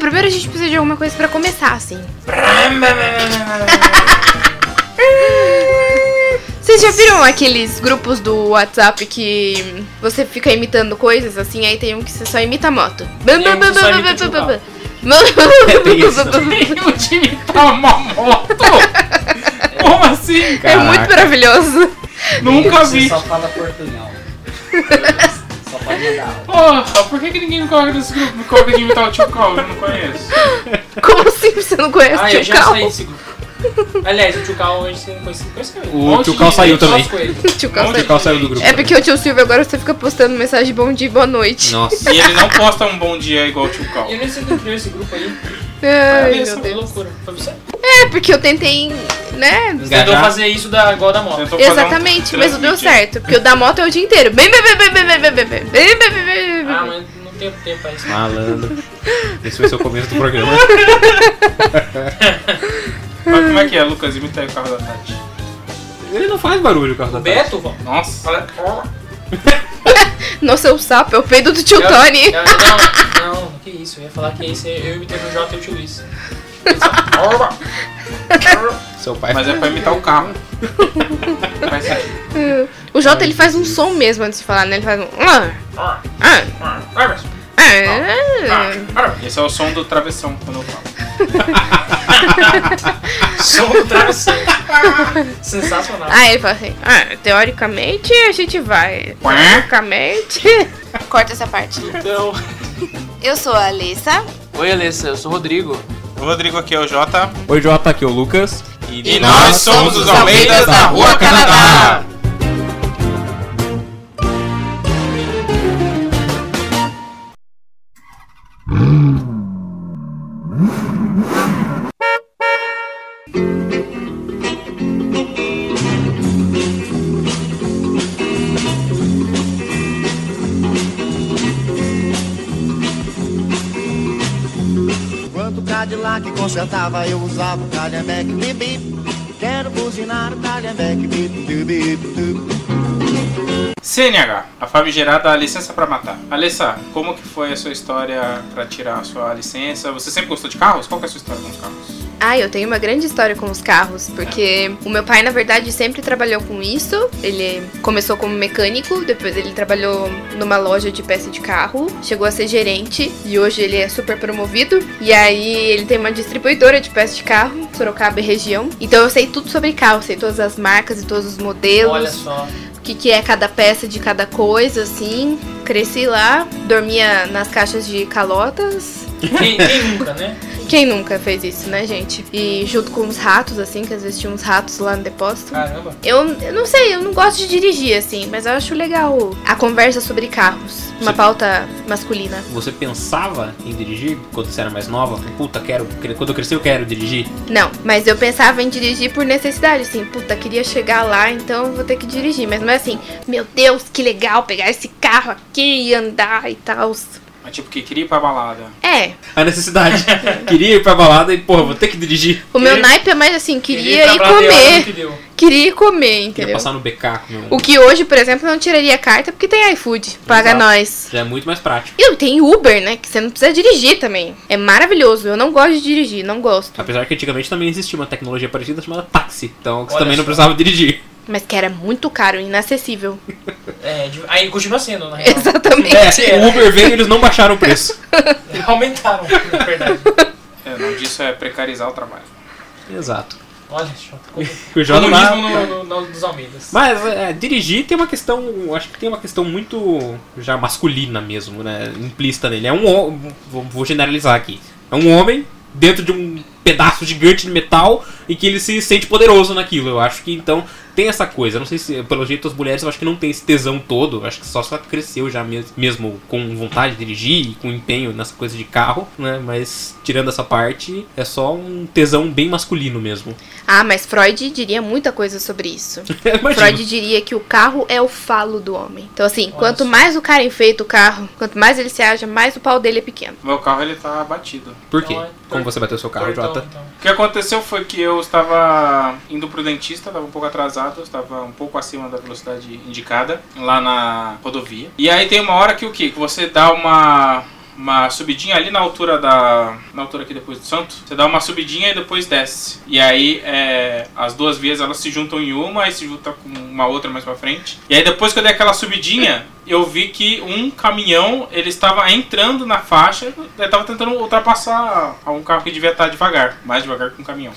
primeiro a gente precisa de alguma coisa pra começar, assim. Vocês já viram aqueles grupos do WhatsApp que você fica imitando coisas, assim, aí tem um que você só imita a moto. O time tá uma moto? Como assim, cara? É muito maravilhoso. Nunca vi. Você só fala portunhol. Só pode mandar. Porra, por que ninguém me coloca nesse grupo? Me coloca de imitar o Tio Cal, eu não conheço. Como assim você não conhece o Eu Tio já Cal? saí desse grupo. Aliás, o Tio Cal a gente não conhece O Tio Cal saiu também. Tio Cal O Tio Cal saiu do grupo. É porque o tio Silvio agora você fica postando mensagem de bom dia e boa noite. Nossa. E ele não posta um bom dia igual o Tio Cal. Eu nem sei quem criou esse grupo aí. Ai, Isso meu é Deus. loucura. Foi você? É, porque eu tentei, né? Tentou fazer isso igual da moto. Tentou fazer Exatamente, um mas não deu transmitir. certo. Porque o da moto é o dia inteiro. Bem. Ah, mas não tenho tempo pra isso. Malandro. Esse vai ser o começo do programa. Mas como é que é, Lucas? Imita aí o carro da Tati. Ele não faz barulho o carro da Tati. Beto, vó? Nossa. Nossa, o sapo é o peido do tio Tony. Não, que isso. Eu ia falar que esse eu imitei no Jota e o tio Luiz. Seu pai. Mas é pra imitar o carro. Faz sentido. O Jota, ele faz um som mesmo antes de falar, né? Ele faz um... Esse é o som do travessão quando eu falo. Som do travesseiro. Sensacional. Ah, ele fala assim, teoricamente a gente vai. Teoricamente... Corta essa parte. Então... Eu sou a Alissa. Oi, Alessa, eu sou o Rodrigo. O Rodrigo aqui é o Jota. Oi, Jota, aqui é o Lucas. E nós somos os Almeidas da Rua Canadá. Enquanto o Cadillac consertava, eu usava o Calhambeque bip bip. Quero buzinar o Calhambeque bip bip bip. CNH, a famigerada licença pra matar. Alessa, como que foi a sua história pra tirar a sua licença? Você sempre gostou de carros? Qual que é a sua história com os carros? Eu tenho uma grande história com os carros, porque o meu pai, na verdade, sempre trabalhou com isso. Ele começou como mecânico, depois ele trabalhou numa loja de peça de carro, chegou a ser gerente e hoje ele é super promovido. E aí ele tem uma distribuidora de peça de carro, Sorocaba e região. Então eu sei tudo sobre carro, sei todas as marcas e todos os modelos. Olha só. O que é cada peça de cada coisa, assim. Cresci lá, dormia nas caixas de calotas. Quem nunca, né? Quem nunca fez isso, né, gente? E junto com os ratos, assim, que às vezes tinha uns ratos lá no depósito. Caramba. Eu não sei, eu não gosto de dirigir, assim, mas eu acho legal a conversa sobre carros. Uma pauta masculina. Você pensava em dirigir quando você era mais nova? Puta, quando eu crescer eu quero dirigir. Não, mas eu pensava em dirigir por necessidade, assim, puta, queria chegar lá, então vou ter que dirigir. Mas não é assim, meu Deus, que legal pegar esse carro aqui e andar e tal. Mas tipo, que queria ir pra balada. É, A necessidade. Queria ir pra balada e, porra, vou ter que dirigir. o meu naipe é mais assim, queria ir ir pra Bradeira, comer. que deu. Queria ir comer, Queria entendeu? passar no BK com meu... O que hoje, por exemplo, não tiraria carta porque tem iFood, paga Exato. nós. Já é muito mais prático. E tem Uber, né? Que você não precisa dirigir também. É maravilhoso. Eu não gosto de dirigir, não gosto. Apesar que antigamente também existia uma tecnologia parecida chamada táxi. Então você Olha também não só. precisava dirigir. Mas que era muito caro, inacessível. Aí continua sendo, na real. Exatamente. O Uber veio e eles não baixaram o preço. Aumentaram, na verdade. O nome disso é precarizar o trabalho. Exato. Olha, O Jota lá- comunismo dos Almeidas. Mas dirigir tem uma questão, acho que tem uma questão muito já masculina mesmo, né? Implícita nele. É vou generalizar aqui. É um homem dentro de um pedaço gigante de metal e que ele se sente poderoso naquilo. Eu acho que então tem essa coisa. Não sei se, pelo jeito, as mulheres eu acho que não tem esse tesão todo. Eu acho que só cresceu já mesmo com vontade de dirigir e com empenho nessa coisa de carro, né? Mas tirando essa parte, é só um tesão bem masculino mesmo. Ah, mas Freud diria muita coisa sobre isso. Imagino. Freud diria que o carro é o falo do homem. Então, assim, Olha quanto só. mais o cara enfeita o carro, quanto mais ele se aja, mais o pau dele é pequeno. Meu carro, ele tá batido. Por quê? Então, Como você bateu seu carro, Então, Jota? O que aconteceu foi que eu estava indo pro dentista, estava um pouco atrasado, estava um pouco acima da velocidade indicada, lá na rodovia. E aí tem uma hora que o quê? Que você dá uma subidinha ali na altura aqui depois do Santo. Você dá uma subidinha e depois desce. E aí as duas vias elas se juntam em uma e se juntam com uma outra mais pra frente. E aí depois que eu dei aquela subidinha, eu vi que um caminhão, ele estava entrando na faixa, ele estava tentando ultrapassar um carro que devia estar devagar, mais devagar que um caminhão.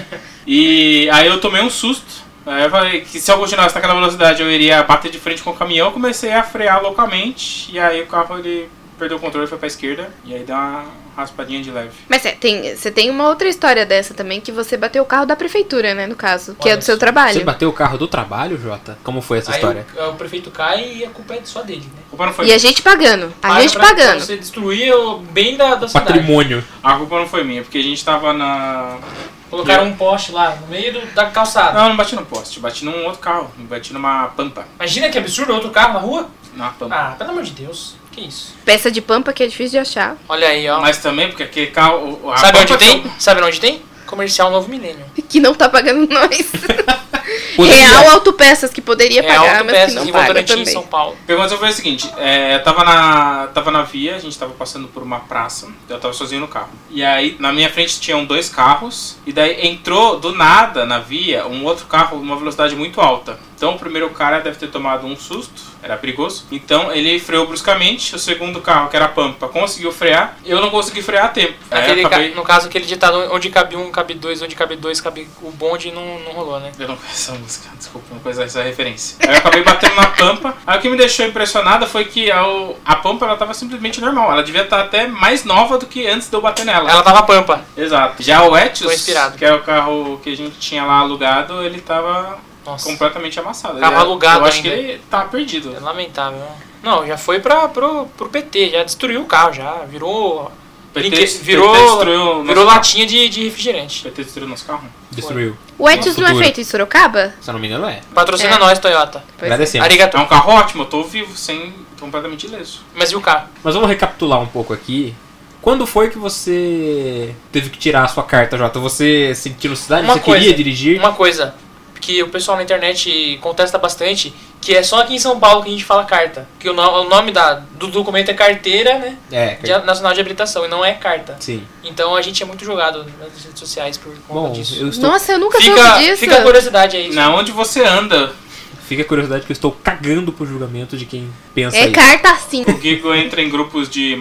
E aí eu tomei um susto. Aí eu falei que se eu continuasse naquela velocidade eu iria bater de frente com o caminhão. Eu comecei a frear loucamente e aí o carro ele perdeu o controle e foi pra esquerda. E aí deu uma raspadinha de leve. Mas você tem uma outra história dessa também, que você bateu o carro da prefeitura, né, no caso, que Olha é do seu só. trabalho. Você bateu o carro do trabalho, Jota? Como foi essa história? Aí o prefeito cai e a culpa é só dele, né? A culpa não foi E a gente pagando. Paga pra você destruir o bem da cidade. Patrimônio. A culpa não foi minha, porque a gente tava na... Colocaram um poste lá, no meio da calçada. Não bati no poste, bati num outro carro, bati numa pampa. Imagina que absurdo, outro carro na rua. Numa pampa. Ah, pelo amor de Deus. Que isso? Peça de pampa que é difícil de achar. Olha aí, ó. Mas também porque aquele carro... a Sabe onde pampa tem? Sabe onde tem? Comercial Novo Milênio. Que não tá pagando nós. Poderia. Real Autopeças, que poderia É pagar, mas que autopeças não em paga Votorantim, em também. São Paulo. O que aconteceu foi o seguinte, eu tava na via, a gente tava passando por uma praça, eu tava sozinho no carro. E aí, na minha frente tinham dois carros, e daí entrou do nada na via um outro carro numa velocidade muito alta. Então o primeiro cara deve ter tomado um susto, era perigoso. Então ele freou bruscamente, o segundo carro, que era a Pampa, conseguiu frear. Eu não consegui frear a tempo. Aí eu acabei... No caso, aquele ditado onde cabe um, cabe dois, onde cabe dois, cabe o bonde, não rolou, né? Eu não conheço essa música, desculpa, não conheço essa referência. Aí eu acabei batendo na Pampa. Aí o que me deixou impressionado foi que a Pampa ela tava simplesmente normal. Ela devia estar até mais nova do que antes de eu bater nela. Ela tava pampa. Exato. Já o Tô Etios, inspirado. que é o carro que a gente tinha lá alugado, ele tava Nossa. completamente amassado. Carro alugado eu acho ainda. que ele tava perdido. É lamentável, né? Não, já foi pro PT, já destruiu o carro, já virou... virou destruiu latinha de refrigerante. PT destruiu nosso carro. Destruiu. O Etios Nosso não é futuro. feito em Sorocaba? Se eu não me engano, é. Patrocina É. nós, Toyota. Pois é. Agradecemos. Arigato. É um carro ótimo, eu tô vivo, sem completamente ileso. Mas e o carro? Mas vamos recapitular um pouco aqui. Quando foi que você teve que tirar a sua carta, Jota? Você sentiu necessidade? Uma Você coisa, queria dirigir? Uma coisa que o pessoal na internet contesta bastante, que é só aqui em São Paulo que a gente fala carta. Que o nome do documento é carteira, né? É, Nacional de Habilitação, e não é carta. sim. Então a gente é muito jogado nas redes sociais por conta Bom, disso. eu estou... Nossa, eu nunca soube disso. Fica a curiosidade aí. Na onde você anda, Fica a curiosidade que eu estou cagando pro julgamento de quem pensa É isso. carta sim. o Gigo entra em grupos de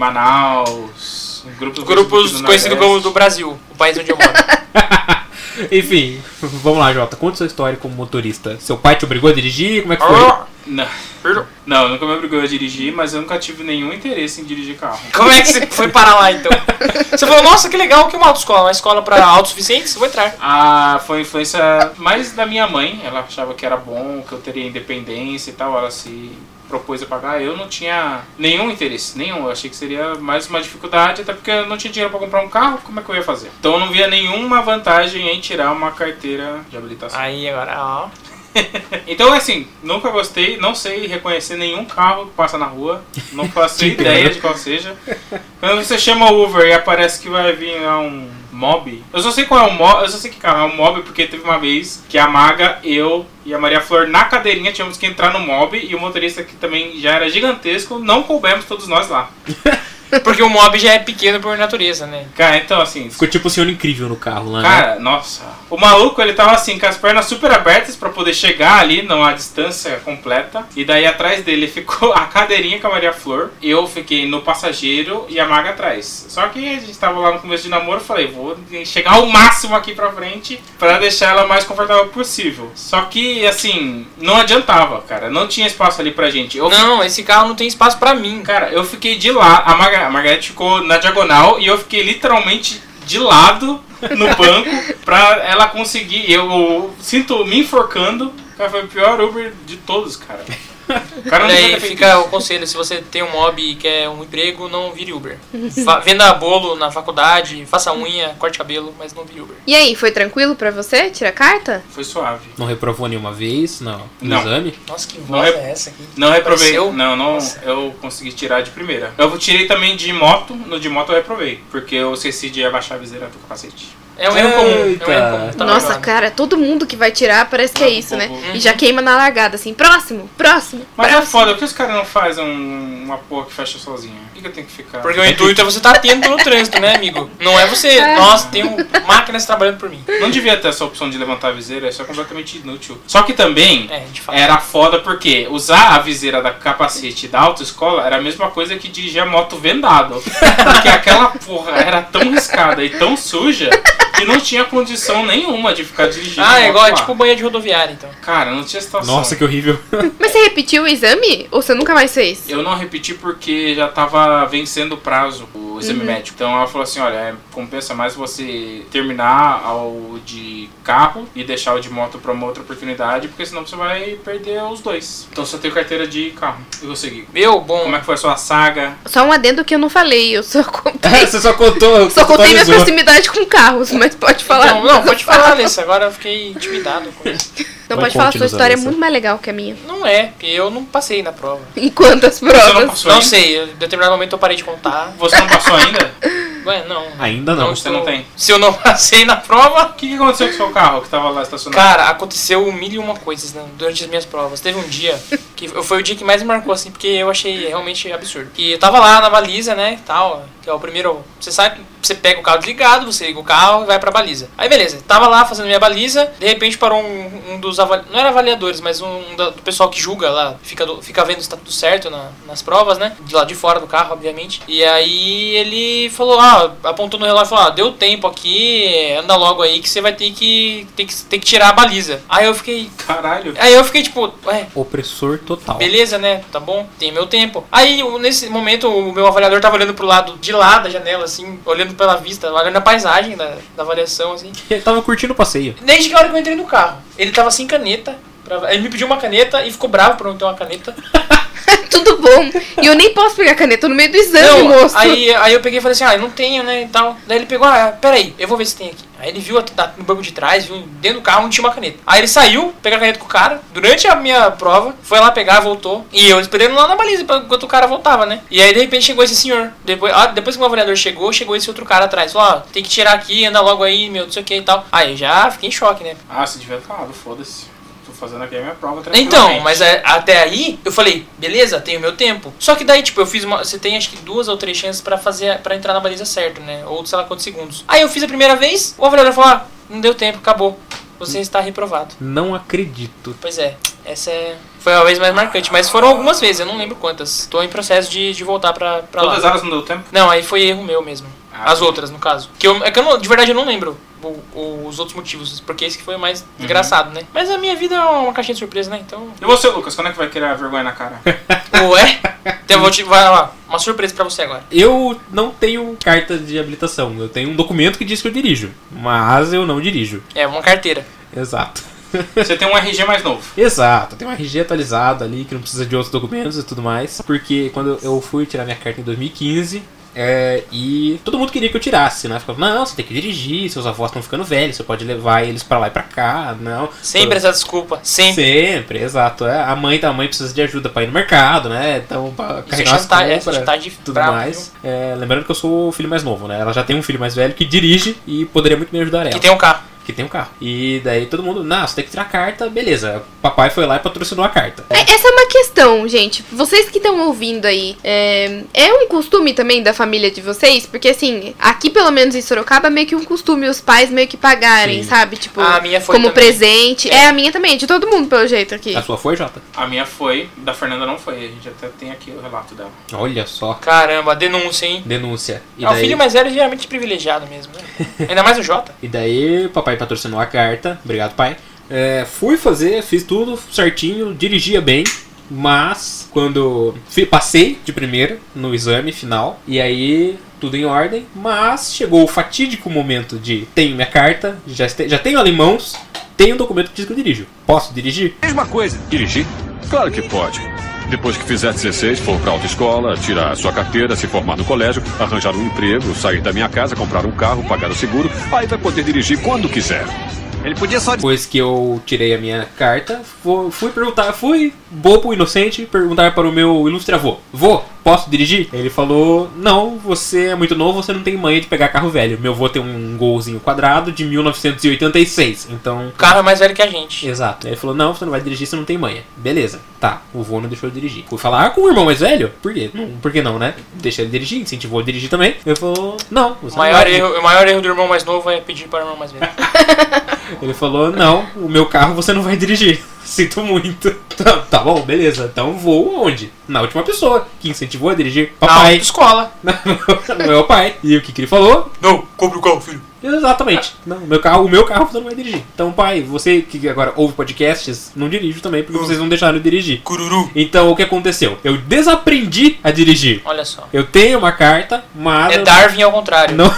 Manaus, grupos Grupos conhecidos como do Brasil, o país onde eu moro. Enfim, vamos lá, Jota. Conta sua história como motorista. Seu pai te obrigou a dirigir? Como é que foi? Não, nunca me obrigou a dirigir, mas eu nunca tive nenhum interesse em dirigir carro. Como é que você foi parar lá então? Você falou, nossa, que legal, que é uma autoescola? Uma escola pra autossuficientes? Vou entrar. Foi influência mais da minha mãe, ela achava que era bom, que eu teria independência e tal, ela se propôs a pagar, eu não tinha nenhum interesse, eu achei que seria mais uma dificuldade, até porque eu não tinha dinheiro pra comprar um carro, como é que eu ia fazer? Então eu não via nenhuma vantagem em tirar uma carteira de habilitação. Aí agora, ó. Então assim, nunca gostei, não sei reconhecer nenhum carro que passa na rua, não faço Te ideia entendo. de qual seja. Quando você chama o Uber e aparece que vai vir lá um Mob, eu só sei qual é o Mob, eu só sei que carro é um Mob porque teve uma vez que a Maga, eu e a Maria Flor na cadeirinha tínhamos que entrar no Mob e o motorista que também já era gigantesco, não coubemos todos nós lá. Porque o mob já é pequeno por natureza, né? Cara, então assim, Ficou tipo o senhor incrível no carro lá, né? cara, nossa. O maluco, ele tava assim, com as pernas super abertas pra poder chegar ali numa distância completa. E daí atrás dele ficou a cadeirinha com a Maria Flor. Eu fiquei no passageiro e a Maga atrás. Só que a gente tava lá no começo de namoro, eu falei, vou chegar ao máximo aqui pra frente pra deixar ela mais confortável possível. Só que, assim, não adiantava, cara. Não tinha espaço ali pra gente. Não, esse carro não tem espaço pra mim. Cara, eu fiquei de lá, a Margareth ficou na diagonal e eu fiquei literalmente de lado no banco pra ela conseguir. Eu sinto me enforcando. Cara, foi o pior Uber de todos, cara. O cara não Olha devia aí, ter feito fica isso. o conselho, se você tem um mob e quer um emprego, não vire Uber. Venda bolo na faculdade, faça unha, corte cabelo, mas não vire Uber. E aí, foi tranquilo pra você tirar carta? Foi suave. Não reprovou nenhuma vez no Não. exame? Nossa, que Não voz é- é essa aqui? Não reprovei. Apareceu? Não, Nossa. eu consegui tirar de primeira. Eu tirei também de moto. No de moto eu reprovei. Porque eu esqueci de abaixar a viseira do capacete. É um erro comum. É um erro Eita. comum. Tá Nossa, gravado. cara, todo mundo que vai tirar parece que é isso, né? Uhum. E já queima na largada, assim, próximo. Mas é próximo. foda, por que os caras não fazem uma porra que fecha sozinha? Por que eu tenho que ficar? Porque o intuito é você estar atento no trânsito, né, amigo? Não é você, nossa, tem máquinas trabalhando por mim. Não devia ter essa opção de levantar a viseira, isso é completamente inútil. Só que também De fato. era foda porque usar a viseira da capacete da autoescola era a mesma coisa que dirigir a moto vendado. Porque aquela porra era tão riscada e tão suja que não tinha condição nenhuma de ficar dirigindo. Ah, é moto igual, lá. é tipo banha de rodoviária, então. Cara, não tinha situação. Nossa, que horrível. Mas você repetiu o exame? Ou você nunca mais fez? Eu não repeti porque já tava vencendo o prazo, o exame médico. Então ela falou assim, olha, compensa mais você terminar o de carro e deixar o de moto pra uma outra oportunidade, porque senão você vai perder os dois. Então só tenho carteira de carro. E você, Gui? Meu, bom. Como é que foi a sua saga? Só um adendo que eu não falei, eu só contei. Você só contou. Só contei minha contextualizou. proximidade com carros, mas pode falar. Então, não, pode falar, Alessa. Agora eu fiquei intimidado com isso. Não, Vai, pode falar, sua conte-nos, história é Alessa. muito mais legal que a minha. Não é, porque eu não passei na prova. Em quantas Você não provas? passou Não ainda? sei, em determinado momento eu parei de contar. Você não passou ainda? Ué, não. Ainda não. Você não tem. Se eu não passei na prova. O que aconteceu com o seu carro que tava lá estacionado? Cara, aconteceu 1001 coisas, né, durante as minhas provas. Teve um dia que foi o dia que mais me marcou, assim, porque eu achei realmente absurdo. E eu tava lá na baliza, né, tal, que é o primeiro... Você sabe que você pega o carro desligado, você liga o carro e vai pra baliza. Aí beleza, tava lá fazendo minha baliza, de repente parou um dos avaliadores, não era avaliadores, mas do pessoal que julga lá, fica vendo se tá tudo certo nas provas, né, de lá de fora do carro, obviamente. E aí ele falou, apontou no relógio e falou, deu tempo aqui, anda logo aí que você vai ter que tirar a baliza. Aí eu fiquei tipo, Opressor total. beleza, né? Tá bom, tem meu tempo. Aí, nesse momento, o meu avaliador tava olhando pro lado de lá da janela, assim, olhando pela vista, olhando a paisagem da avaliação, assim. Ele tava curtindo o passeio. Desde que a hora que eu entrei no carro, ele tava sem caneta. Ele me pediu uma caneta e ficou bravo por não ter uma caneta. Tudo bom. E eu nem posso pegar caneta no meio do exame, moço. Aí eu peguei e falei assim, eu não tenho, né, e tal. Daí ele pegou, peraí, eu vou ver se tem aqui. Aí ele viu no banco de trás, viu dentro do carro onde tinha uma caneta. Aí ele saiu, pegou a caneta com o cara, durante a minha prova, foi lá pegar, voltou. E eu esperando lá na baliza, enquanto o cara voltava, né. E aí de repente chegou esse senhor. Depois que o avaliador chegou esse outro cara atrás. Falou, tem que tirar aqui, anda logo aí, meu, não sei o que e tal. Aí eu já fiquei em choque, né. Ah, você devia falar, foda-se. Fazendo aqui a minha prova Então, mas até aí eu falei, beleza, tenho meu tempo. Só que daí, tipo, eu fiz você tem acho que 2 ou 3 chances pra entrar na baliza certo, né? Ou sei lá quantos segundos. Aí eu fiz a primeira vez, o avaliador falou, não deu tempo, acabou. Você está reprovado. Não acredito. Pois é, essa foi a vez mais marcante, mas foram algumas vezes, eu não lembro quantas. Tô em processo de voltar pra lá. Todas elas não deu tempo? Não, aí foi erro meu mesmo. As outras, no caso. De verdade eu não lembro os outros motivos, porque esse que foi o mais engraçado, né? Mas a minha vida é uma caixinha de surpresa, né? Então. E você, Lucas, quando é que vai querer a vergonha na cara? Ué? Então vai lá, uma surpresa pra você agora. Eu não tenho carta de habilitação. Eu tenho um documento que diz que eu dirijo, mas eu não dirijo. É, uma carteira. Exato. Você tem um RG mais novo. Exato, tem um RG atualizado ali que não precisa de outros documentos e tudo mais. Porque quando eu fui tirar minha carta em 2015, e todo mundo queria que eu tirasse, né? Ficava, não, você tem que dirigir, seus avós estão ficando velhos, você pode levar eles pra lá e pra cá, não. Sempre essa desculpa, sempre. Sempre, exato. A mãe precisa de ajuda pra ir no mercado, né? Então, pra carregar as compras e tudo mais. Lembrando que eu sou o filho mais novo, né? Ela já tem um filho mais velho que dirige e poderia muito me ajudar ela. Que tem um carro. Que tem um carro. E daí todo mundo, você tem que tirar a carta, beleza. Papai foi lá e patrocinou a carta. Essa é uma questão, gente. Vocês que estão ouvindo aí, é um costume também da família de vocês? Porque assim, aqui pelo menos em Sorocaba é meio que um costume os pais meio que pagarem, Sim. sabe? Tipo, A minha foi como também. presente. A minha também, de todo mundo pelo jeito aqui. A sua foi, Jota? A minha foi, da Fernanda não foi. A gente até tem aqui o relato dela. Olha só. Caramba, denúncia, hein? Denúncia. E O filho mais velho é geralmente privilegiado mesmo, né? Ainda mais o Jota. E daí papai patrocinou a carta. Obrigado, pai. Fui fazer, fiz tudo certinho, dirigia bem. Mas quando passei de primeira no exame final, e aí tudo em ordem, mas chegou o fatídico momento de tenho minha carta, já tenho ela em mãos, tenho um documento que diz que eu dirijo. Posso dirigir? Mesma coisa. Dirigir? Claro que pode. Depois que fizer 16, for pra autoescola, tirar sua carteira, se formar no colégio, arranjar um emprego, sair da minha casa, comprar um carro, pagar o seguro, aí vai poder dirigir quando quiser. Ele podia só... Depois que eu tirei a minha carta, fui bobo, inocente, perguntar para o meu ilustre avô: vô, posso dirigir? Ele falou: não, você é muito novo, você não tem manha de pegar carro velho. Meu avô tem um golzinho quadrado de 1986, então... O carro é mais velho que a gente. Exato. Ele falou: não, você não vai dirigir, você não tem manha. Beleza. Tá, o vô não deixou eu dirigir. Fui falar com o irmão mais velho? Por quê? Por que não, né? Deixa ele dirigir, incentivou a dirigir também. Ele falou: não, você O não maior vai. erro do irmão mais novo é pedir para o irmão mais velho. Ele falou: não, o meu carro você não vai dirigir. Sinto muito. Tá bom, beleza. Então vou onde? Na última pessoa que incentivou a dirigir. Na Papai. escola. Não é o pai. E o que ele falou? Não, compre o carro, filho. Exatamente. Não, o meu carro você não vai dirigir. Então, pai, você que agora ouve podcasts, não dirijo também, porque vocês não deixaram eu dirigir. Cururu. Então, o que aconteceu? Eu desaprendi a dirigir. Olha só. Eu tenho uma carta, mas... É Darwin ao contrário. Não...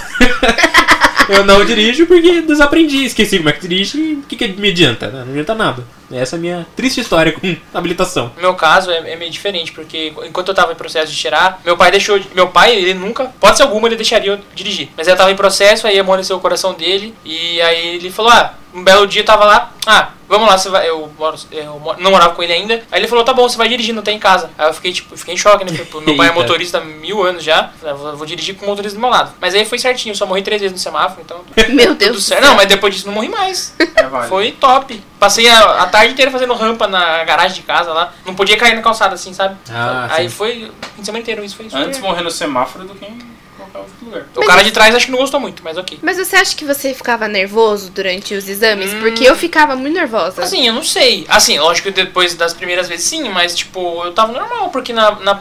Eu não dirijo porque desaprendi, esqueci como é que dirige e o que me adianta? Não adianta nada. Essa é a minha triste história com habilitação. No meu caso é meio diferente, porque enquanto eu tava em processo de tirar, meu pai deixou... Meu pai, ele nunca, pode ser alguma, ele deixaria eu dirigir. Mas eu tava em processo, aí amoleceu o coração dele, e aí ele falou: um belo dia eu tava lá, vamos lá, você vai... Eu não morava com ele ainda. Aí ele falou: tá bom, você vai dirigir, não tem em casa. Aí eu fiquei em choque, né? Meu pai é motorista há 1000 anos já. Eu vou dirigir com o motorista do meu lado. Mas aí foi certinho, eu só morri 3 vezes no semáforo, então... Meu Deus tudo do certo. céu. Não, mas depois disso não morri mais. Vale. Foi top. Passei a tarde inteira fazendo rampa na garagem de casa lá. Não podia cair na calçada assim, sabe? Aí sim. foi o fim de semana inteiro, isso foi super... Antes morrer no semáforo do que em qualquer outro lugar. O cara de trás acho que não gostou muito, mas ok. Mas você acha que você ficava nervoso durante os exames? Porque eu ficava muito nervosa. Assim, eu não sei. Assim, lógico que depois das primeiras vezes sim, mas tipo, eu tava normal, porque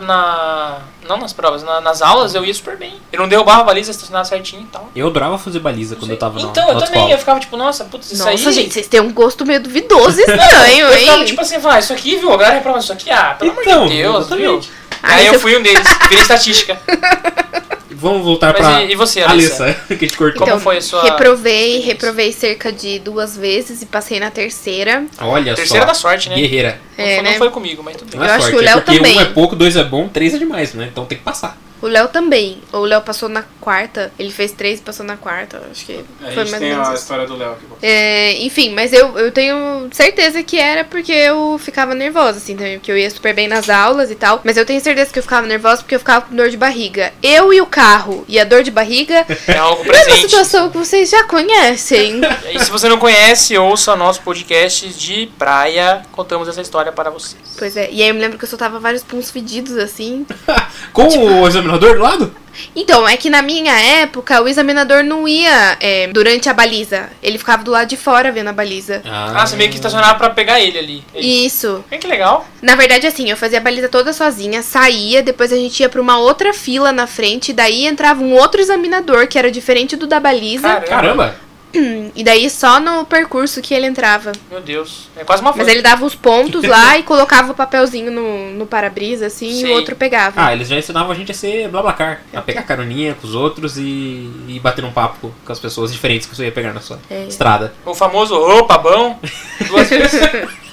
não nas provas, nas aulas eu ia super bem. Eu não derrubava a baliza, estacionava certinho e tal. Eu adorava fazer baliza quando eu tava na Então, eu também, autoescola. eu ficava tipo, nossa, putz, isso aí... Nossa, gente, vocês têm um gosto meio duvidoso e estranho, Eu ficava hein? tipo assim, isso aqui, viu? A galera reprova isso aqui, pelo amor Então, de Deus, viu? exatamente. Aí eu fui um deles, virei estatística. Vamos voltar Mas pra e você, Alissa, que a gente cortou. Como foi a sua... Reprovei cerca de 2 vezes e passei na terceira. Olha Terceira só. da sorte, né? Guerreira. É, Não né? foi comigo, mas tudo bem. Não é Eu acho sorte, que o Léo é porque também. 1 é pouco, 2 é bom, 3 é demais, né? Então tem que passar. O Léo também. O Léo passou na quarta. Ele fez 3 e passou na quarta. Acho que A foi gente mais ou tem menos a isso. história do Léo aqui. Enfim, mas eu tenho certeza que era porque eu ficava nervosa, assim, também, porque eu ia super bem nas aulas e tal. Mas eu tenho certeza que eu ficava nervosa porque eu ficava com dor de barriga. Eu e o carro e a dor de barriga É algo é uma presente. situação que vocês já conhecem. E se você não conhece, ouça nosso podcast de praia. Contamos essa história para vocês. Pois é, e aí eu me lembro que eu soltava vários puns fedidos, assim. Com o examinador do lado? Então, é que na minha época, o examinador não ia durante a baliza. Ele ficava do lado de fora vendo a baliza. Você meio que estacionava pra pegar ele ali. Isso. Que legal. Na verdade, assim, eu fazia a baliza toda sozinha, saía, depois a gente ia pra uma outra fila na frente, daí entrava um outro examinador, que era diferente do da baliza. Caramba! E daí só no percurso que ele entrava. Meu Deus. É quase uma Mas ele dava os pontos lá e colocava o papelzinho no para-brisa, assim, Sei. e o outro pegava. Eles já ensinavam a gente a ser blablacar, a pegar caroninha com os outros e bater um papo com as pessoas diferentes que você ia pegar na sua estrada. O famoso opa, bom. 2 vezes.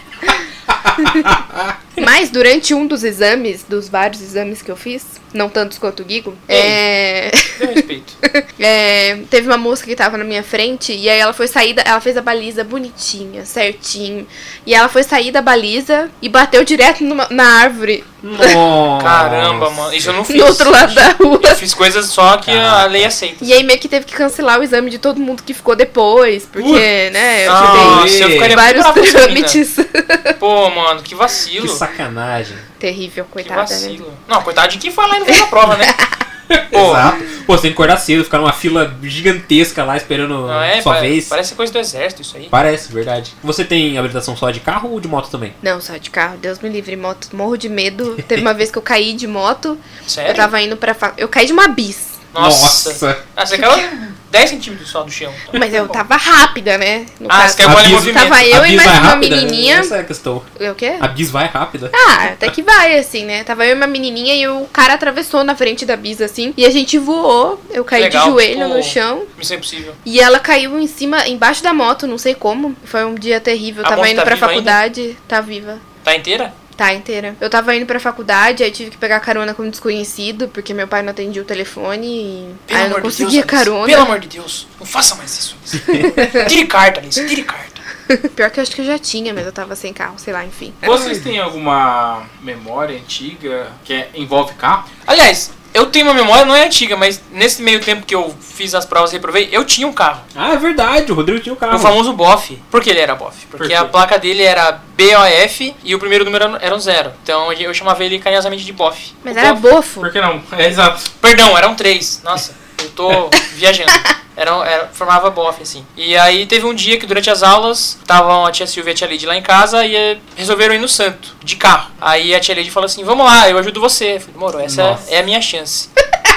Mas durante um dos exames, dos vários exames que eu fiz, não tantos quanto o Gigo, Deu respeito. teve uma moça que tava na minha frente e aí ela foi sair, ela fez a baliza bonitinha, certinho. E ela foi sair da baliza e bateu direto na árvore Nossa. Caramba, mano. Isso eu não fiz. no outro lado da rua. Eu fiz coisas só que a lei aceita. E aí meio que teve que cancelar o exame de todo mundo que ficou depois, porque, né, eu Nossa, tive eu ficaria vários muito bravo com essa trâmites. Pô, mano, que vacilo. Que sacanagem. Terrível, Que coitada, né? vacilo. Não, coitado de quem foi lá e não fez a prova, né? Pô, Exato. Pô, você tem que acordar cedo, ficar numa fila gigantesca lá esperando não sua vez. Parece coisa do exército isso aí. Parece, verdade. Você tem habilitação só de carro ou de moto também? Não, só de carro, Deus me livre, moto, morro de medo. Teve uma vez que eu caí de moto, Sério? eu tava indo eu caí de uma bis. Nossa. Nossa. Você caiu 10 centímetros só do chão. Então, Mas eu tava rápida, né? No você caiu bola em movimento. Tava eu A e bis mais vai uma rápida? menininha. Essa é a questão. O quê? A bis vai rápida? Até que vai, assim, né? Tava eu e uma menininha e o cara atravessou na frente da bis, assim. E a gente voou, eu caí Legal, de joelho tipo, no chão. Missão Impossível. E ela caiu embaixo da moto, não sei como. Foi um dia terrível. Eu A tava moto indo tá pra viva faculdade, tá viva. Tá inteira? Tá, inteira. Eu tava indo pra faculdade, aí tive que pegar carona com um desconhecido, porque meu pai não atendia o telefone e aí eu não conseguia carona. Pelo amor de Deus, não faça mais isso. Tire carta, Alice, tire carta. Pior que eu acho que eu já tinha, mas eu tava sem carro, sei lá, enfim. Vocês têm alguma memória antiga que envolve carro? Aliás, eu tenho uma memória, não é antiga, mas nesse meio tempo que eu fiz as provas e reprovei, eu tinha um carro. Ah, é verdade, o Rodrigo tinha um carro. O famoso BOF. Por que ele era BOF? Porque a placa dele era BOF e o primeiro número era um 0. Então eu chamava ele carinhosamente de BOF. Mas era bofo. Por que não? É exato. Perdão, eram 3. Nossa, eu tô viajando. Formava BOF, assim. E aí teve um dia que durante as aulas estavam a tia Silvia e a tia Lide lá em casa e resolveram ir no Santo, de carro. Aí a tia Lide falou assim, vamos lá, eu ajudo você. Eu falei, moro, essa é a minha chance.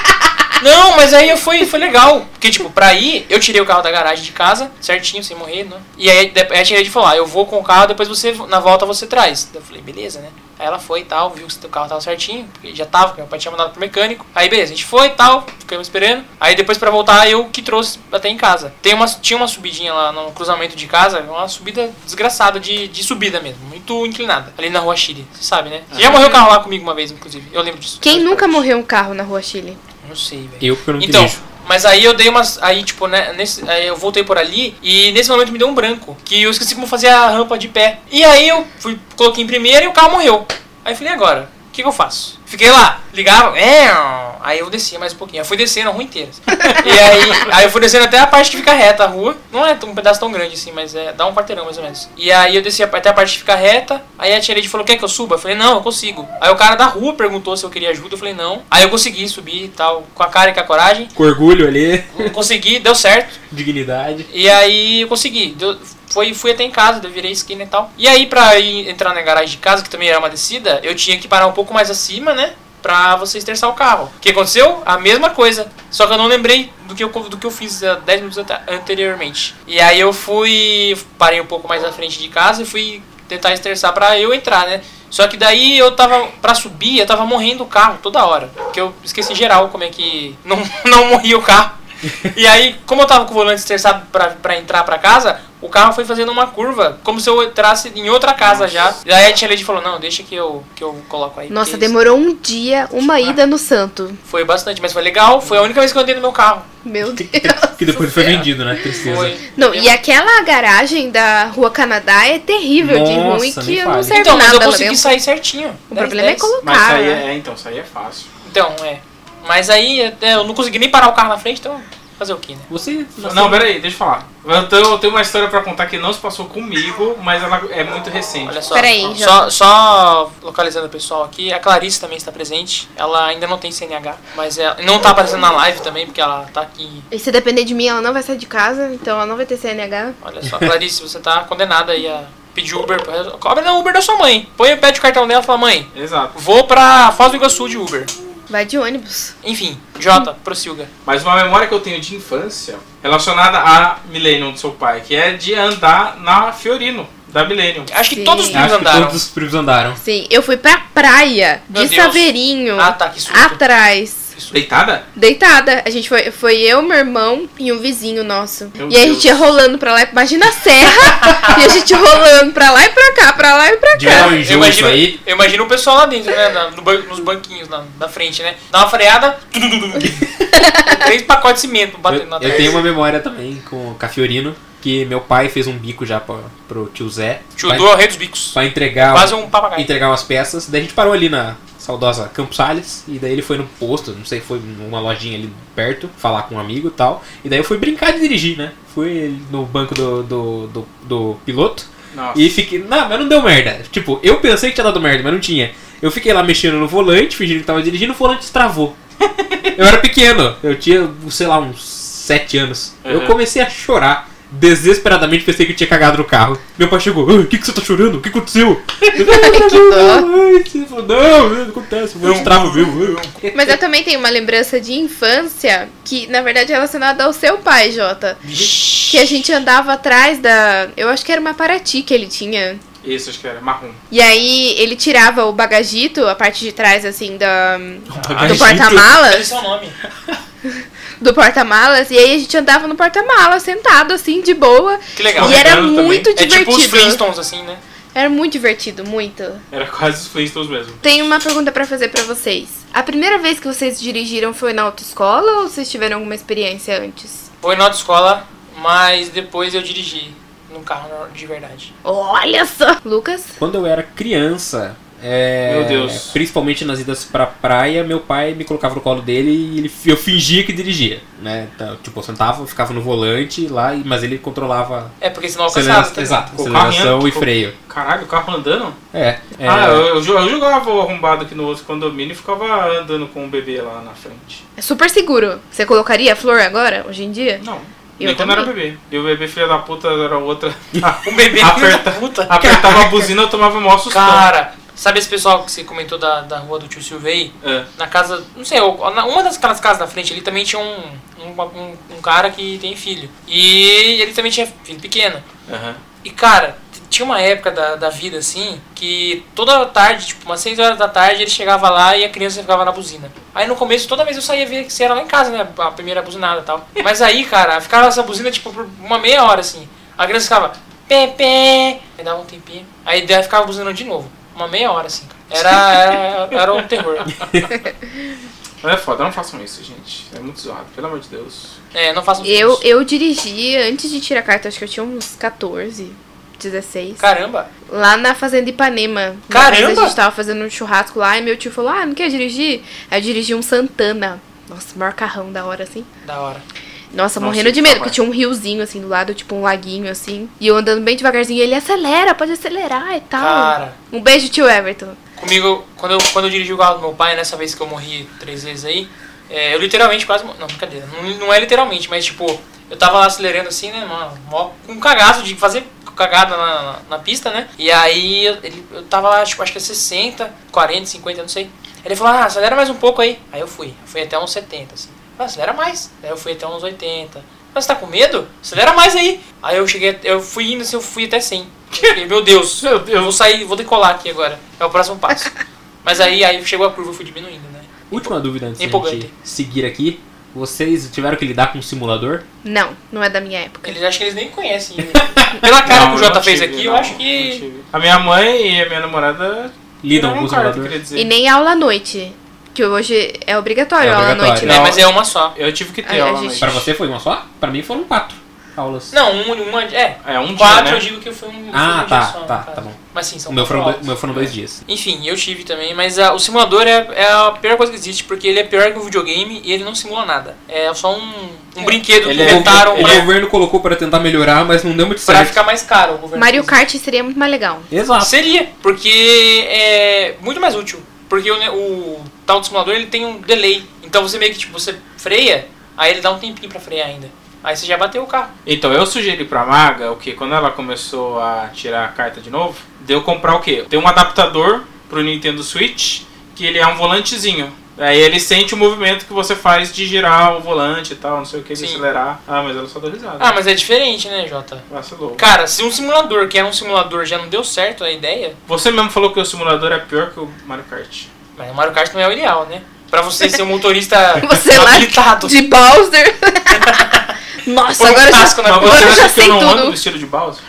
Não, mas aí foi legal. Porque, tipo, pra ir, eu tirei o carro da garagem de casa, certinho, sem morrer, né? E aí a tia Lide falou, eu vou com o carro, depois você, na volta, você traz. Eu falei, beleza, né? Aí ela foi e tal, viu que o carro tava certinho, porque já tava, porque meu pai tinha mandado pro mecânico. Aí beleza, a gente foi e tal, ficamos esperando. Aí depois pra voltar, eu que trouxe até em casa. Tinha uma subidinha lá no cruzamento de casa, uma subida desgraçada de subida mesmo, muito inclinada. Ali na Rua Chile, você sabe, né? Você já morreu o carro lá comigo uma vez, inclusive, eu lembro disso. Quem nunca morreu um carro na Rua Chile? Não sei, velho. Eu, porque eu não Então, dirijo. mas aí eu dei umas... Aí, tipo, né, aí eu voltei por ali e nesse momento me deu um branco. Que eu esqueci como fazer a rampa de pé. E aí eu coloquei em primeira e o carro morreu. Aí eu falei, agora, o que eu faço? Fiquei lá, ligava, aí eu descia mais um pouquinho. Eu fui descendo a rua inteira. E aí eu fui descendo até a parte que fica reta a rua. Não é um pedaço tão grande assim, mas dá um quarteirão mais ou menos. E aí eu desci até a parte que fica reta. Aí a tia Lady falou, quer que eu suba? Eu falei, não, eu consigo. Aí o cara da rua perguntou se eu queria ajuda. Eu falei, não. Aí eu consegui subir e tal, com a cara e com a coragem. Com orgulho ali. Consegui, deu certo. Dignidade. E aí eu consegui. Fui até em casa, eu virei esquina e tal. E aí pra entrar na garagem de casa, que também era uma descida, eu tinha que parar um pouco mais acima, né? Pra você estressar o carro. O que aconteceu? A mesma coisa. Só que eu não lembrei do que eu fiz 10 minutos anteriormente. E aí eu parei um pouco mais à frente de casa e fui tentar estressar pra eu entrar, né? Só que daí pra subir, eu tava morrendo o carro toda hora. Porque eu esqueci geral como é que não morria o carro. E aí, como eu tava com o volante estressado pra entrar pra casa, o carro foi fazendo uma curva, como se eu entrasse em outra casa já. E aí a tia Lady falou, não, deixa que eu coloco aí. Nossa, demorou um dia, uma ida no Santo. Foi bastante, mas foi legal. Foi a única vez que eu andei no meu carro. Meu Deus. Que depois foi vendido, né? Tristeza. Foi. Não, e aquela garagem da Rua Canadá é terrível de Nossa, ruim, nem que fale. não serve Então, mas nada eu lá consegui dentro. sair certinho. O problema é colocar. Mas sair né? então sair é fácil. Então, Mas aí eu não consegui nem parar o carro na frente, então fazer o quê, né? Você... Não, peraí, deixa eu falar. Eu tenho uma história pra contar que não se passou comigo, mas ela é muito recente. Olha só, Peraí, só localizando o pessoal aqui, a Clarice também está presente. Ela ainda não tem CNH, mas não tá aparecendo na live também, porque ela tá aqui. E se depender de mim, ela não vai sair de casa, então ela não vai ter CNH. Olha só, Clarice, você tá condenada aí a pedir Uber. Cobra no Uber da sua mãe. Pede o cartão dela e fala, mãe, Exato. vou pra Foz do Iguaçu de Uber. Vai de ônibus. Enfim, Jota, prossilga. Mas uma memória que eu tenho de infância relacionada a Millennium do seu pai, que é de andar na Fiorino da Millennium. Acho que Sim. todos os primos Acho que andaram. todos os primos andaram. Sim, eu fui pra praia Meu de Deus. Saveirinho. Ah, tá, que susto. Atrás. Deitada? Deitada. A gente foi eu, meu irmão e um vizinho nosso. Meu e aí a Deus. gente ia rolando pra lá. Imagina a serra. E a gente rolando pra lá e pra cá, pra lá e pra De cá. um enjoo isso aí. Eu imagino o pessoal lá dentro, né? Nos banquinhos na frente, né? Dá uma freada. 3 pacotes de cimento batendo na Eu testa. tenho uma memória também com a Fiorino, que meu pai fez um bico já pro tio Zé. Tio Du é o rei dos bicos. Pra entregar, Quase um papagaio. entregar umas peças. Daí a gente parou ali na saudosa Campos Sales. E daí ele foi no posto, não sei, foi numa lojinha ali perto, falar com um amigo e tal. E daí eu fui brincar de dirigir, né? Fui no banco do piloto. Nossa. E fiquei... Não, mas não deu merda. Tipo, eu pensei que tinha dado merda, mas não tinha. Eu fiquei lá mexendo no volante, fingindo que tava dirigindo, o volante destravou. Eu era pequeno, eu tinha, sei lá, uns 7 anos. Eu Uhum. comecei a chorar. Desesperadamente pensei que eu tinha cagado no carro. Meu pai chegou, o que você tá chorando? O que aconteceu? Eu Que falei, não acontece, o volante trava mesmo. Mas eu também tenho uma lembrança de infância que, na verdade, é relacionada ao seu pai, Jota. Que a gente andava atrás da... Eu acho que era uma Paraty que ele tinha. Isso, acho que era marrom. E aí ele tirava o bagagito, a parte de trás, assim, do Bagagito? porta-malas. Esse é o nome. Do porta-malas. E aí a gente andava no porta-malas, sentado, assim, de boa. Que legal. E era Carregando também. muito É tipo os divertido. Flintstones, assim, né? Era muito divertido, muito. Era quase os Flintstones mesmo. Tenho uma pergunta pra fazer pra vocês. A primeira vez que vocês dirigiram foi na autoescola ou vocês tiveram alguma experiência antes? Foi na autoescola, mas depois eu dirigi num carro de verdade. Olha só! Lucas? Quando eu era criança, Meu Deus. principalmente nas idas pra praia, meu pai me colocava no colo dele e eu fingia que dirigia, né? Então, tipo, eu sentava, ficava no volante lá, mas ele controlava Porque senão alcançava também. exato, Com o carro aceleração em- e freio. Caralho, o carro andando? Ah, Eu jogava o arrombado aqui no outro condomínio e ficava andando com o bebê lá na frente. É super seguro. Você colocaria a flor agora, hoje em dia? Não. Eu Nem quando era também. bebê. E o bebê filha da puta era outra. Um bebê filho da puta. Apertava a buzina, eu tomava o maior sustão. Cara, sabe esse pessoal que você comentou da rua do tio Silvio aí? É. Na casa, não sei, uma das casas da frente ali também tinha um cara que tem filho. E ele também tinha filho pequeno. Aham. E cara, tinha uma época da vida assim, que toda tarde, tipo umas 6 horas da tarde, ele chegava lá e a criança ficava na buzina. Aí no começo, toda vez eu saía ver que você era lá em casa, né, a primeira buzinada e tal. Mas aí, cara, ficava essa buzina tipo por uma meia hora assim. A criança ficava, pé, aí dava um tempinho, aí ficava buzinando de novo. Uma meia hora assim, cara. Era um terror. Mas é foda, não façam isso, gente. É muito zoado, pelo amor de Deus. Não façam isso. Eu dirigi antes de tirar a carta, acho que eu tinha uns 14, 16. Caramba! Lá na Fazenda Ipanema. Caramba! Uma vez a gente tava fazendo um churrasco lá e meu tio falou, não quer dirigir? Aí eu dirigi um Santana. Nossa, maior carrão da hora, assim. Da hora. Nossa, Nossa, morrendo de que medo, da hora. porque tinha um riozinho, assim, do lado, tipo um laguinho, assim. E eu andando bem devagarzinho, e ele acelera, pode acelerar e tal. Cara. Um beijo, tio Everton. Comigo, quando eu dirigi o carro do meu pai, nessa vez que eu morri 3 vezes aí, eu literalmente quase... Não, brincadeira. Não é literalmente, mas tipo, eu tava lá acelerando assim, né, mano, com um cagaço de fazer cagada na pista, né? E aí eu tava lá, tipo, acho que é 60, 40, 50, não sei. Ele falou, acelera mais um pouco aí. Aí eu fui até uns 70, assim. Acelera mais. Aí eu fui até uns 80. Mas você tá com medo? Acelera mais aí. Aí eu fui indo assim, eu fui até 100. Eu fiquei, meu Deus, eu vou sair, vou decolar aqui agora. É o próximo passo. Mas aí chegou a curva, eu fui diminuindo, né? Última dúvida antes de a Empolgante. gente seguir aqui. Vocês tiveram que lidar com um simulador? Não é da minha época. Eles acham que eles nem conhecem. Pela cara que o eu Jota não fez tive, aqui, não, eu acho não que... tive. A minha mãe e a minha namorada Lidam tiraram com o carta, simulador? queria dizer. E nem aula à noite. Que hoje é obrigatório, É aula à obrigatório. noite, né? Mas é uma só. Eu tive que ter A aula à gente- noite. Pra você foi uma só? Pra mim foram 4 aulas. Não, É um 4 dia, né? eu digo que foi um Ah, dia tá, só, no tá caso. bom. Mas sim, são O meu 4 foram, aulas. o meu foram 2 dias. Enfim, eu tive também, mas o simulador é a pior coisa que existe, porque ele é pior que o videogame e ele não simula nada. É só um brinquedo que Ele inventaram O governo colocou pra tentar melhorar, mas não deu muito pra certo. ficar mais caro. O governo Mario fez Kart seria muito mais legal. Exato. Seria, porque é muito mais útil. Porque o tal do simulador ele tem um delay. Então você meio que tipo, você freia, aí ele dá um tempinho pra frear ainda. Aí você já bateu o carro. Então, eu sugeri pra Maga, o que quando ela começou a tirar a carta de novo, de eu comprar o quê? Tem um adaptador pro Nintendo Switch, que ele é um volantezinho. Aí ele sente o movimento que você faz de girar o volante e tal, não sei o que, de Sim. acelerar. Ah, mas ela só deu risada. Ah, mas é diferente, né, Jota? Vacilou. Cara, se um simulador, que era um simulador, já não deu certo a ideia, Você mesmo falou que o simulador é pior que o Mario Kart. mas o Mario Kart não é o ideal, né? Pra você ser um motorista Você lá habilitado. de Bowser. Nossa, Põe um agora eu casco já, na Mas agora você eu já acha que eu sei não ando tudo. no estilo de Bowser?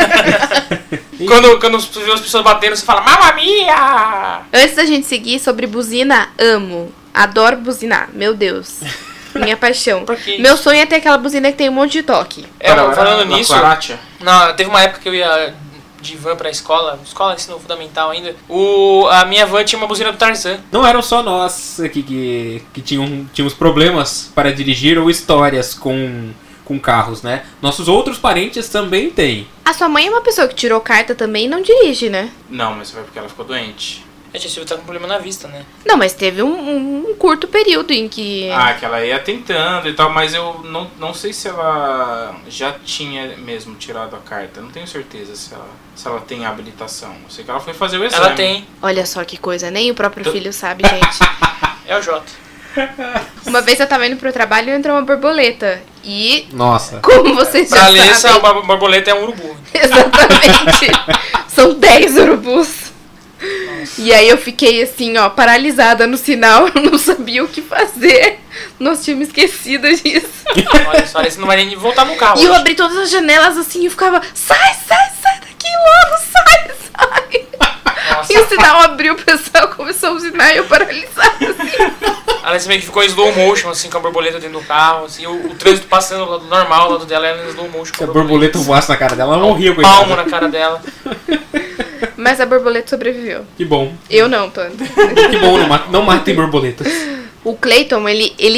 Quando você vê as pessoas batendo, você fala, mamma mia! Antes da gente seguir sobre buzina, amo. Adoro buzinar. Meu Deus. Minha paixão. Por que Meu sonho é ter aquela buzina que tem um monte de toque. Falando nisso, Claratia. não, teve uma época que eu ia de van pra escola de ensino fundamental ainda, a minha van tinha uma buzina do Tarzan. Não eram só nós aqui que tínhamos problemas para dirigir ou histórias com carros, né? Nossos outros parentes também têm. A sua mãe é uma pessoa que tirou carta também e não dirige, né? Não, mas foi porque ela ficou doente. A tia Silvia tá com problema na vista, né? Não, mas teve um curto período em que... Ah, que ela ia tentando e tal, mas eu não sei se ela já tinha mesmo tirado a carta. Não tenho certeza se ela tem habilitação. Eu sei que ela foi fazer o exame. Ela tem. Olha só que coisa, nem o próprio filho sabe, gente. É o Jota. Uma vez eu tava indo pro trabalho e entrou uma borboleta. E, Nossa. como vocês já Pra Alessa, sabem... a borboleta é um urubu. Exatamente. São 10 urubus. E aí eu fiquei assim, ó, paralisada no sinal, não sabia o que fazer. Nós tínhamos esquecido disso. Olha só, você não vai nem voltar no carro. E eu hoje. abri todas as janelas assim e ficava, sai daqui logo, sai. E o sinal abriu, o pessoal começou a buzinar e eu paralisada, assim. A Alessia meio que ficou em slow motion, assim, com a borboleta dentro do carro, assim, o trânsito passando do lado normal, do lado dela, ela em slow motion. Se a borboleta voasse na cara dela, ela morria com palmo na cara dela. Mas a borboleta sobreviveu. Que bom. Eu não, tanto. Que bom, não matem borboletas. O Clayton,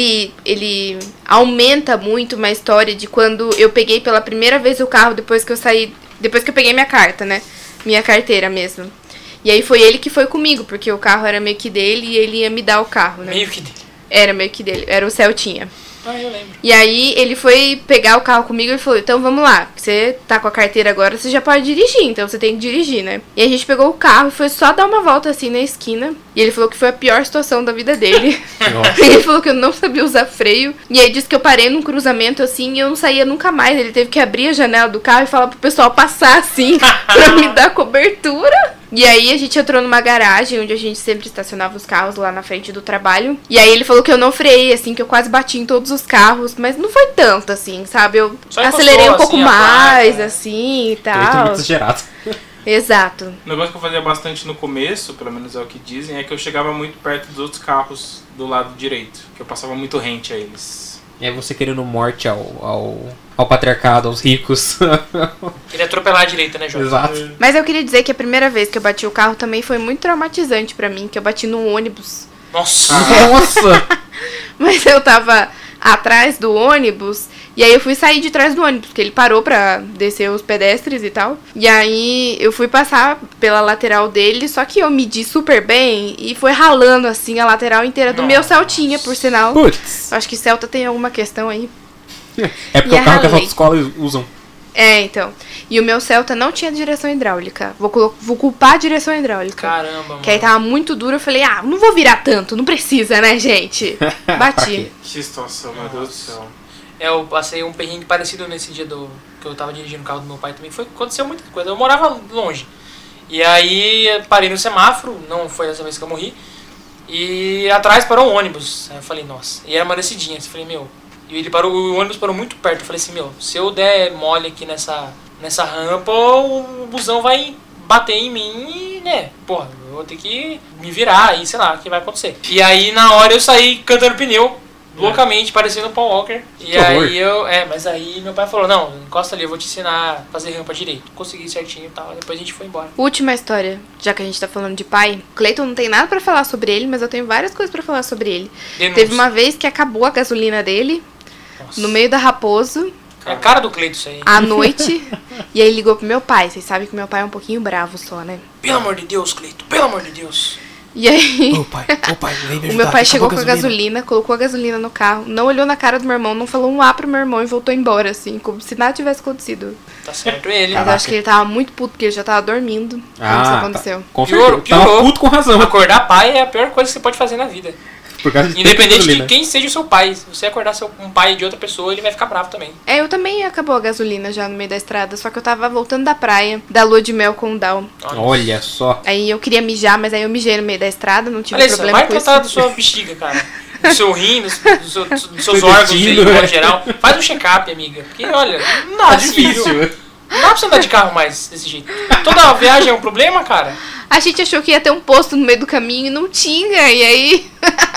ele aumenta muito uma história de quando eu peguei pela primeira vez o carro depois que eu peguei minha carta, né? Minha carteira mesmo. E aí foi ele que foi comigo, porque o carro era meio que dele e ele ia me dar o carro, né? Meio que dele. Era meio que dele, era o Celtinha. Ah, eu lembro. E aí ele foi pegar o carro comigo e falou, então vamos lá, você tá com a carteira agora, você já pode dirigir, então você tem que dirigir, né? E a gente pegou o carro e foi só dar uma volta assim na esquina. E ele falou que foi a pior situação da vida dele. Ele falou que eu não sabia usar freio. E aí disse que eu parei num cruzamento assim e eu não saía nunca mais. Ele teve que abrir a janela do carro e falar pro pessoal passar assim pra me dar cobertura. E aí a gente entrou numa garagem onde a gente sempre estacionava os carros lá na frente do trabalho. E aí ele falou que eu não freiei, assim, que eu quase bati em todos os carros. Mas não foi tanto, assim, sabe? Eu só acelerei um pouco assim, mais, placa, assim, e Muito tal. exagerado. Exato. O negócio que eu fazia bastante no começo, pelo menos é o que dizem, é que eu chegava muito perto dos outros carros do lado direito. Que eu passava muito rente a eles. É você querendo morte ao patriarcado, aos ricos. Ele atropelar a direita, né, Jorge? Exato. Mas eu queria dizer que a primeira vez que eu bati o carro também foi muito traumatizante pra mim, que eu bati num ônibus. Nossa! Nossa! Mas eu tava atrás do ônibus, e aí eu fui sair de trás do ônibus, porque ele parou pra descer os pedestres e tal. E aí eu fui passar pela lateral dele, só que eu medi super bem e foi ralando assim a lateral inteira do meu Celtinha, por sinal. Putz. Eu acho que Celta tem alguma questão aí. É porque E o carro que as ralei. autoescolas usam. É, então. E o meu Celta não tinha direção hidráulica. Vou culpar a direção hidráulica. Caramba, mano. Que aí tava muito duro, eu falei, não vou virar tanto, não precisa, né, gente? Bati. Que situação, meu Deus do céu. Eu passei um perrengue parecido nesse dia que eu tava dirigindo o carro do meu pai também. Aconteceu muita coisa. Eu morava longe. E aí parei no semáforo, não foi dessa vez que eu morri. E atrás parou um ônibus. Aí eu falei, nossa. E era uma descidinha. Eu falei, meu. E ele parou, o ônibus parou muito perto. Eu falei assim, meu, se eu der mole aqui nessa rampa, o busão vai bater em mim e, né, porra, eu vou ter que me virar aí, sei lá, o que vai acontecer. E aí, na hora, eu saí cantando pneu, loucamente, parecendo o Paul Walker. E aí mas aí meu pai falou, não, encosta ali, eu vou te ensinar a fazer rampa direito. Consegui certinho e tal, depois a gente foi embora. Última história, já que a gente tá falando de pai. Clayton não tem nada pra falar sobre ele, mas eu tenho várias coisas pra falar sobre ele. Denúncia. Teve uma vez que acabou a gasolina dele, Nossa. no meio da Raposo, É a cara do Cleiton isso aí. à noite, e aí ele ligou pro meu pai. Vocês sabem que meu pai é um pouquinho bravo só, né? Pelo amor de Deus, Cleiton, pelo amor de Deus. E aí, Ô pai, vem me o ajudar, meu pai acabou chegou a com a gasolina, colocou a gasolina no carro, não olhou na cara do meu irmão, não falou um A pro meu irmão e voltou embora, assim, como se nada tivesse acontecido. Tá certo ele. Mas eu acho que ele tava muito puto, porque ele já tava dormindo quando isso aconteceu. Tá. Com Piorou, certeza. Tava piorou. puto com razão. Acordar pai é a pior coisa que você pode fazer na vida. Por causa de Independente de gasolina. quem seja o seu pai. Se você acordar um pai de outra pessoa, ele vai ficar bravo também. É, eu também acabou a gasolina já no meio da estrada, só que eu tava voltando da praia, da lua de mel com o Dal. Olha só. Aí eu queria mijar, mas aí eu mijei no meio da estrada, não tive Olha isso, problema vai com isso. tratar da sua bexiga, cara. Do seu rim, dos seus órgãos de intestino, modo né? geral. Faz um check-up, amiga. Porque, olha, não dá Tá assim, difícil. viu? Não dá pra você andar de carro mais desse jeito. Toda viagem é um problema, cara. A gente achou que ia ter um posto no meio do caminho e não tinha, e aí...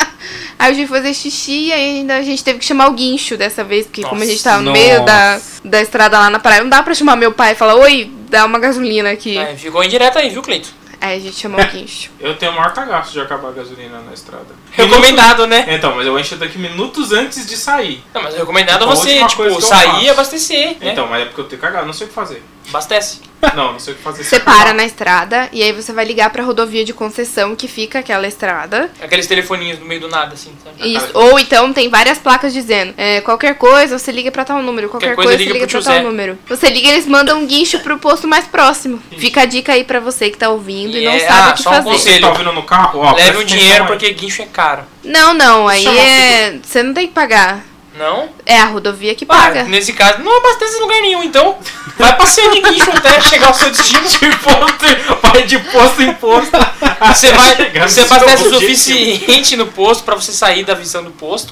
Aí eu fui fazer xixi e ainda a gente teve que chamar o guincho dessa vez, porque como a gente tava no meio da estrada lá na praia, não dá pra chamar meu pai e falar, oi, dá uma gasolina aqui. É, ficou indireta aí, viu, Cleiton? Aí a gente chamou o guincho. Eu tenho o maior cagaço de acabar a gasolina na estrada. Recomendado, né? Então, mas eu encho daqui minutos antes de sair. Não, mas recomendado A você, última coisa tipo, que eu sair faço. e abastecer, né? Então, mas é porque eu tenho cagado, não sei o que fazer. Abastece. Não sei o que fazer. Você para na estrada e aí você vai ligar pra rodovia de concessão que fica aquela estrada. Aqueles telefoninhos no meio do nada, assim, sabe? Isso. Ou então tem várias placas dizendo, qualquer coisa você liga pra tal número, qualquer coisa você liga pro pra tio tal Zé. número. Você liga e eles mandam um guincho pro posto mais próximo. Fica a dica aí pra você que tá ouvindo e não sabe o que só um fazer. Você conselho. tá ouvindo no carro? Ó, Leve presta um atenção dinheiro aí. porque guincho é caro. Não, aí Chama você não tem que pagar. Não? É a rodovia que Ah, paga. nesse caso, não abastece em lugar nenhum, então vai passeando de guincho até chegar ao seu destino. Vai de posto em posto. Você Chegar no abastece seu o objetivo. suficiente no posto pra você sair da visão do posto.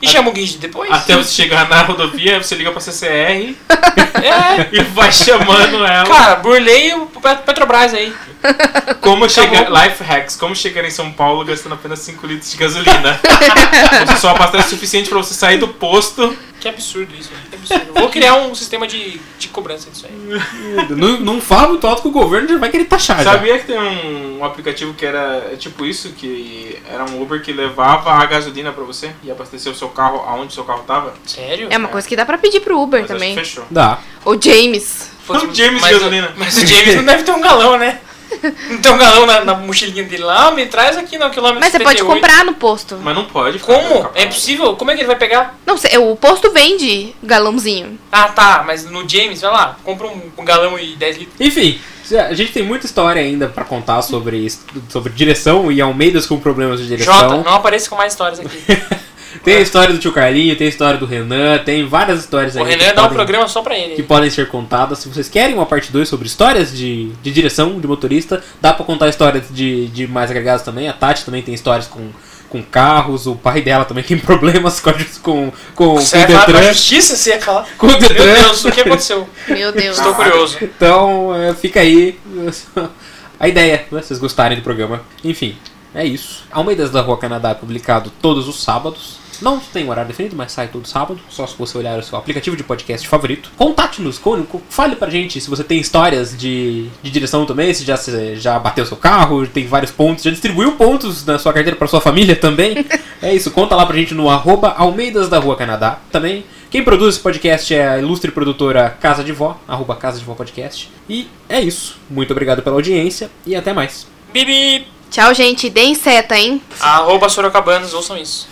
E chama o guide depois. Até você chegar na rodovia, você liga pra CCR É. e vai chamando ela. Cara, burlei o Petrobras aí. Como chegar. Life hacks, como chegar em São Paulo gastando apenas 5 litros de gasolina. Você só abastece o suficiente pra você sair do posto. Que absurdo isso, que absurdo. Eu vou criar um sistema de cobrança disso aí. Não fala muito alto que o governo já vai querer taxar. já. Sabia que tem um aplicativo que era tipo isso, que era um Uber que levava a gasolina pra você e abastecer o seu carro aonde o seu carro tava? Sério? É uma coisa que dá pra pedir pro Uber Mas acho também. que fechou. Dá. Ou James. Putz, O James mas gasolina. Mas o James não deve ter um galão, né? Não tem um galão na mochilinha dele lá, me traz aqui no quilômetro Mas você pode 78. comprar no posto. Mas não pode. ficar Como? capaz. É impossível? Como é que ele vai pegar? Não, o posto vende galãozinho. Ah, tá, mas no James, vai lá, compra um galão e 10 litros. Enfim, a gente tem muita história ainda pra contar sobre direção e Almeidas com problemas de direção. Jota, não apareça com mais histórias aqui. Tem a história do tio Carlinho, tem a história do Renan, tem várias histórias O aí Renan que dá um podem- programa só pra ele. que podem ser contadas. Se vocês querem uma parte 2 sobre histórias de direção de motorista, dá pra contar histórias de mais agregados também. A Tati também tem histórias com carros, o pai dela também tem problemas com Você o vai falar da Detran. justiça? Você ia falar? Com o Meu Detran. Deus, o que aconteceu? Meu Deus. Estou curioso. Então, fica aí a ideia, né, se vocês gostarem do programa. Enfim, é isso. Almeidas da Rua Canadá é publicado todos os sábados. Não tem horário definido, mas sai todo sábado. Só se você olhar o seu aplicativo de podcast favorito. Contate-nos, fale pra gente se você tem histórias de direção também, se já bateu seu carro, tem vários pontos, já distribuiu pontos na sua carteira pra sua família também. É isso, conta lá pra gente no @Almeidas da Rua Canadá também. Quem produz esse podcast é a ilustre produtora Casa de Vó, @Casa de Vó Podcast. E é isso. Muito obrigado pela audiência e até mais. Bibi! Tchau, gente. Deem seta, hein? @Sorocabanos, ouçam isso.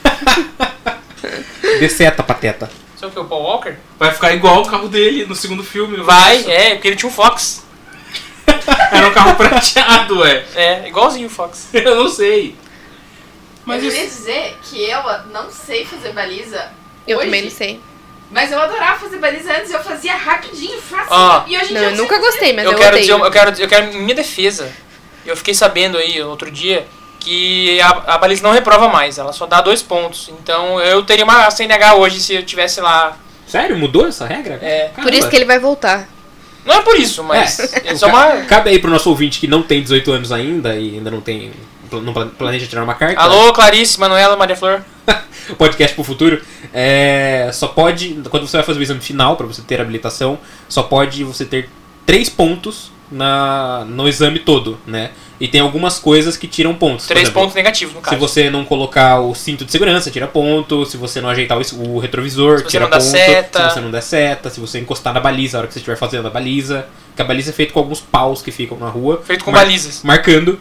Deceta, pateta. Sabe o que é o Paul Walker? Vai ficar igual o carro dele no segundo filme. não Vai, isso? porque ele tinha um Fox. Era um carro prateado, ué. É, igualzinho o Fox. Eu não sei. Mas eu isso... queria dizer que eu não sei fazer baliza Eu hoje, também não sei. mas eu adorava fazer baliza antes, eu fazia rapidinho, fácil. Ó, e hoje em Não, dia eu sei nunca fazer. gostei, mas eu quero odeio. dizer, eu quero em minha defesa. Eu fiquei sabendo aí outro dia que a baliza não reprova mais, ela só dá 2 pontos. Então eu teria uma CNH hoje se eu tivesse lá. Sério? Mudou essa regra? É. Por isso que ele vai voltar. Não é por isso, mas é só uma. Cabe aí pro nosso ouvinte que não tem 18 anos ainda e ainda não planeja tirar uma carta. Alô, Clarice, Manuela, Maria Flor. Podcast pro futuro. Só pode, quando você vai fazer o exame final pra você ter habilitação, só pode você ter 3 pontos no exame todo, né? E tem algumas coisas que tiram pontos. Por 3 exemplo, pontos negativos, no se caso. você não colocar o cinto de segurança, tira ponto. Se você não ajeitar o retrovisor, Se você tira não der ponto. seta. Se você não der seta, se você encostar na baliza na hora que você estiver fazendo a baliza. Porque a baliza é feita com alguns paus que ficam na rua. Feito com balizas. Marcando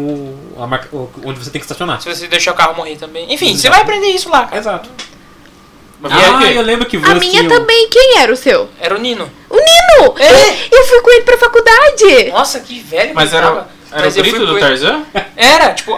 onde você tem que estacionar. Se você deixar o carro morrer também. Enfim, você vai aprender isso lá, cara. Exato. Mas foi o quê? Eu lembro que A vocês minha tinham- também. Quem era o seu? Era o Nino. O Nino! É. Eu fui com ele pra faculdade. Nossa, que velho Mas que era, tava. era o Mas eu grito fui do com- Tarzan? Era, tipo.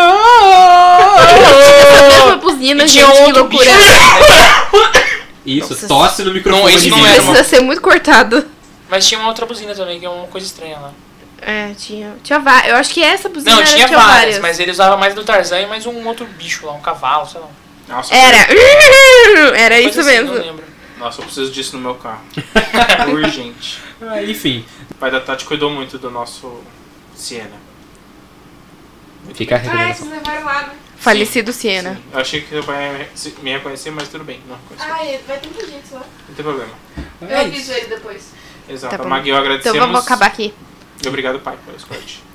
Essa mesma buzina, E gente, tinha que outro loucura. bicho. Isso, Nossa. tosse no microfone. Não, esse não Vitor. era, Precisa ser muito cortado. Mas tinha uma outra buzina também, que é uma coisa estranha lá. É, tinha várias. Eu acho que essa buzina Não, era, tinha várias, mas ele usava mais do Tarzan e mais um outro bicho lá, um cavalo, sei lá. Nossa, Era. Era Coisa isso assim, mesmo. Não lembro. Nossa, eu preciso disso no meu carro. Urgente. Enfim, O pai da Tati cuidou muito do nosso Siena. fica a Ah, recomendação. vocês levaram lá, né? Falecido Siena. Eu achei que meu pai ia me reconhecer, mas tudo bem. Não reconheceu. Ah, vai ter muita gente lá. Não tem problema. Eu aviso ele depois. Exato. Tá a bom. Magui, eu agradecemos. Então vamos acabar aqui. E obrigado, pai, pelo escorte.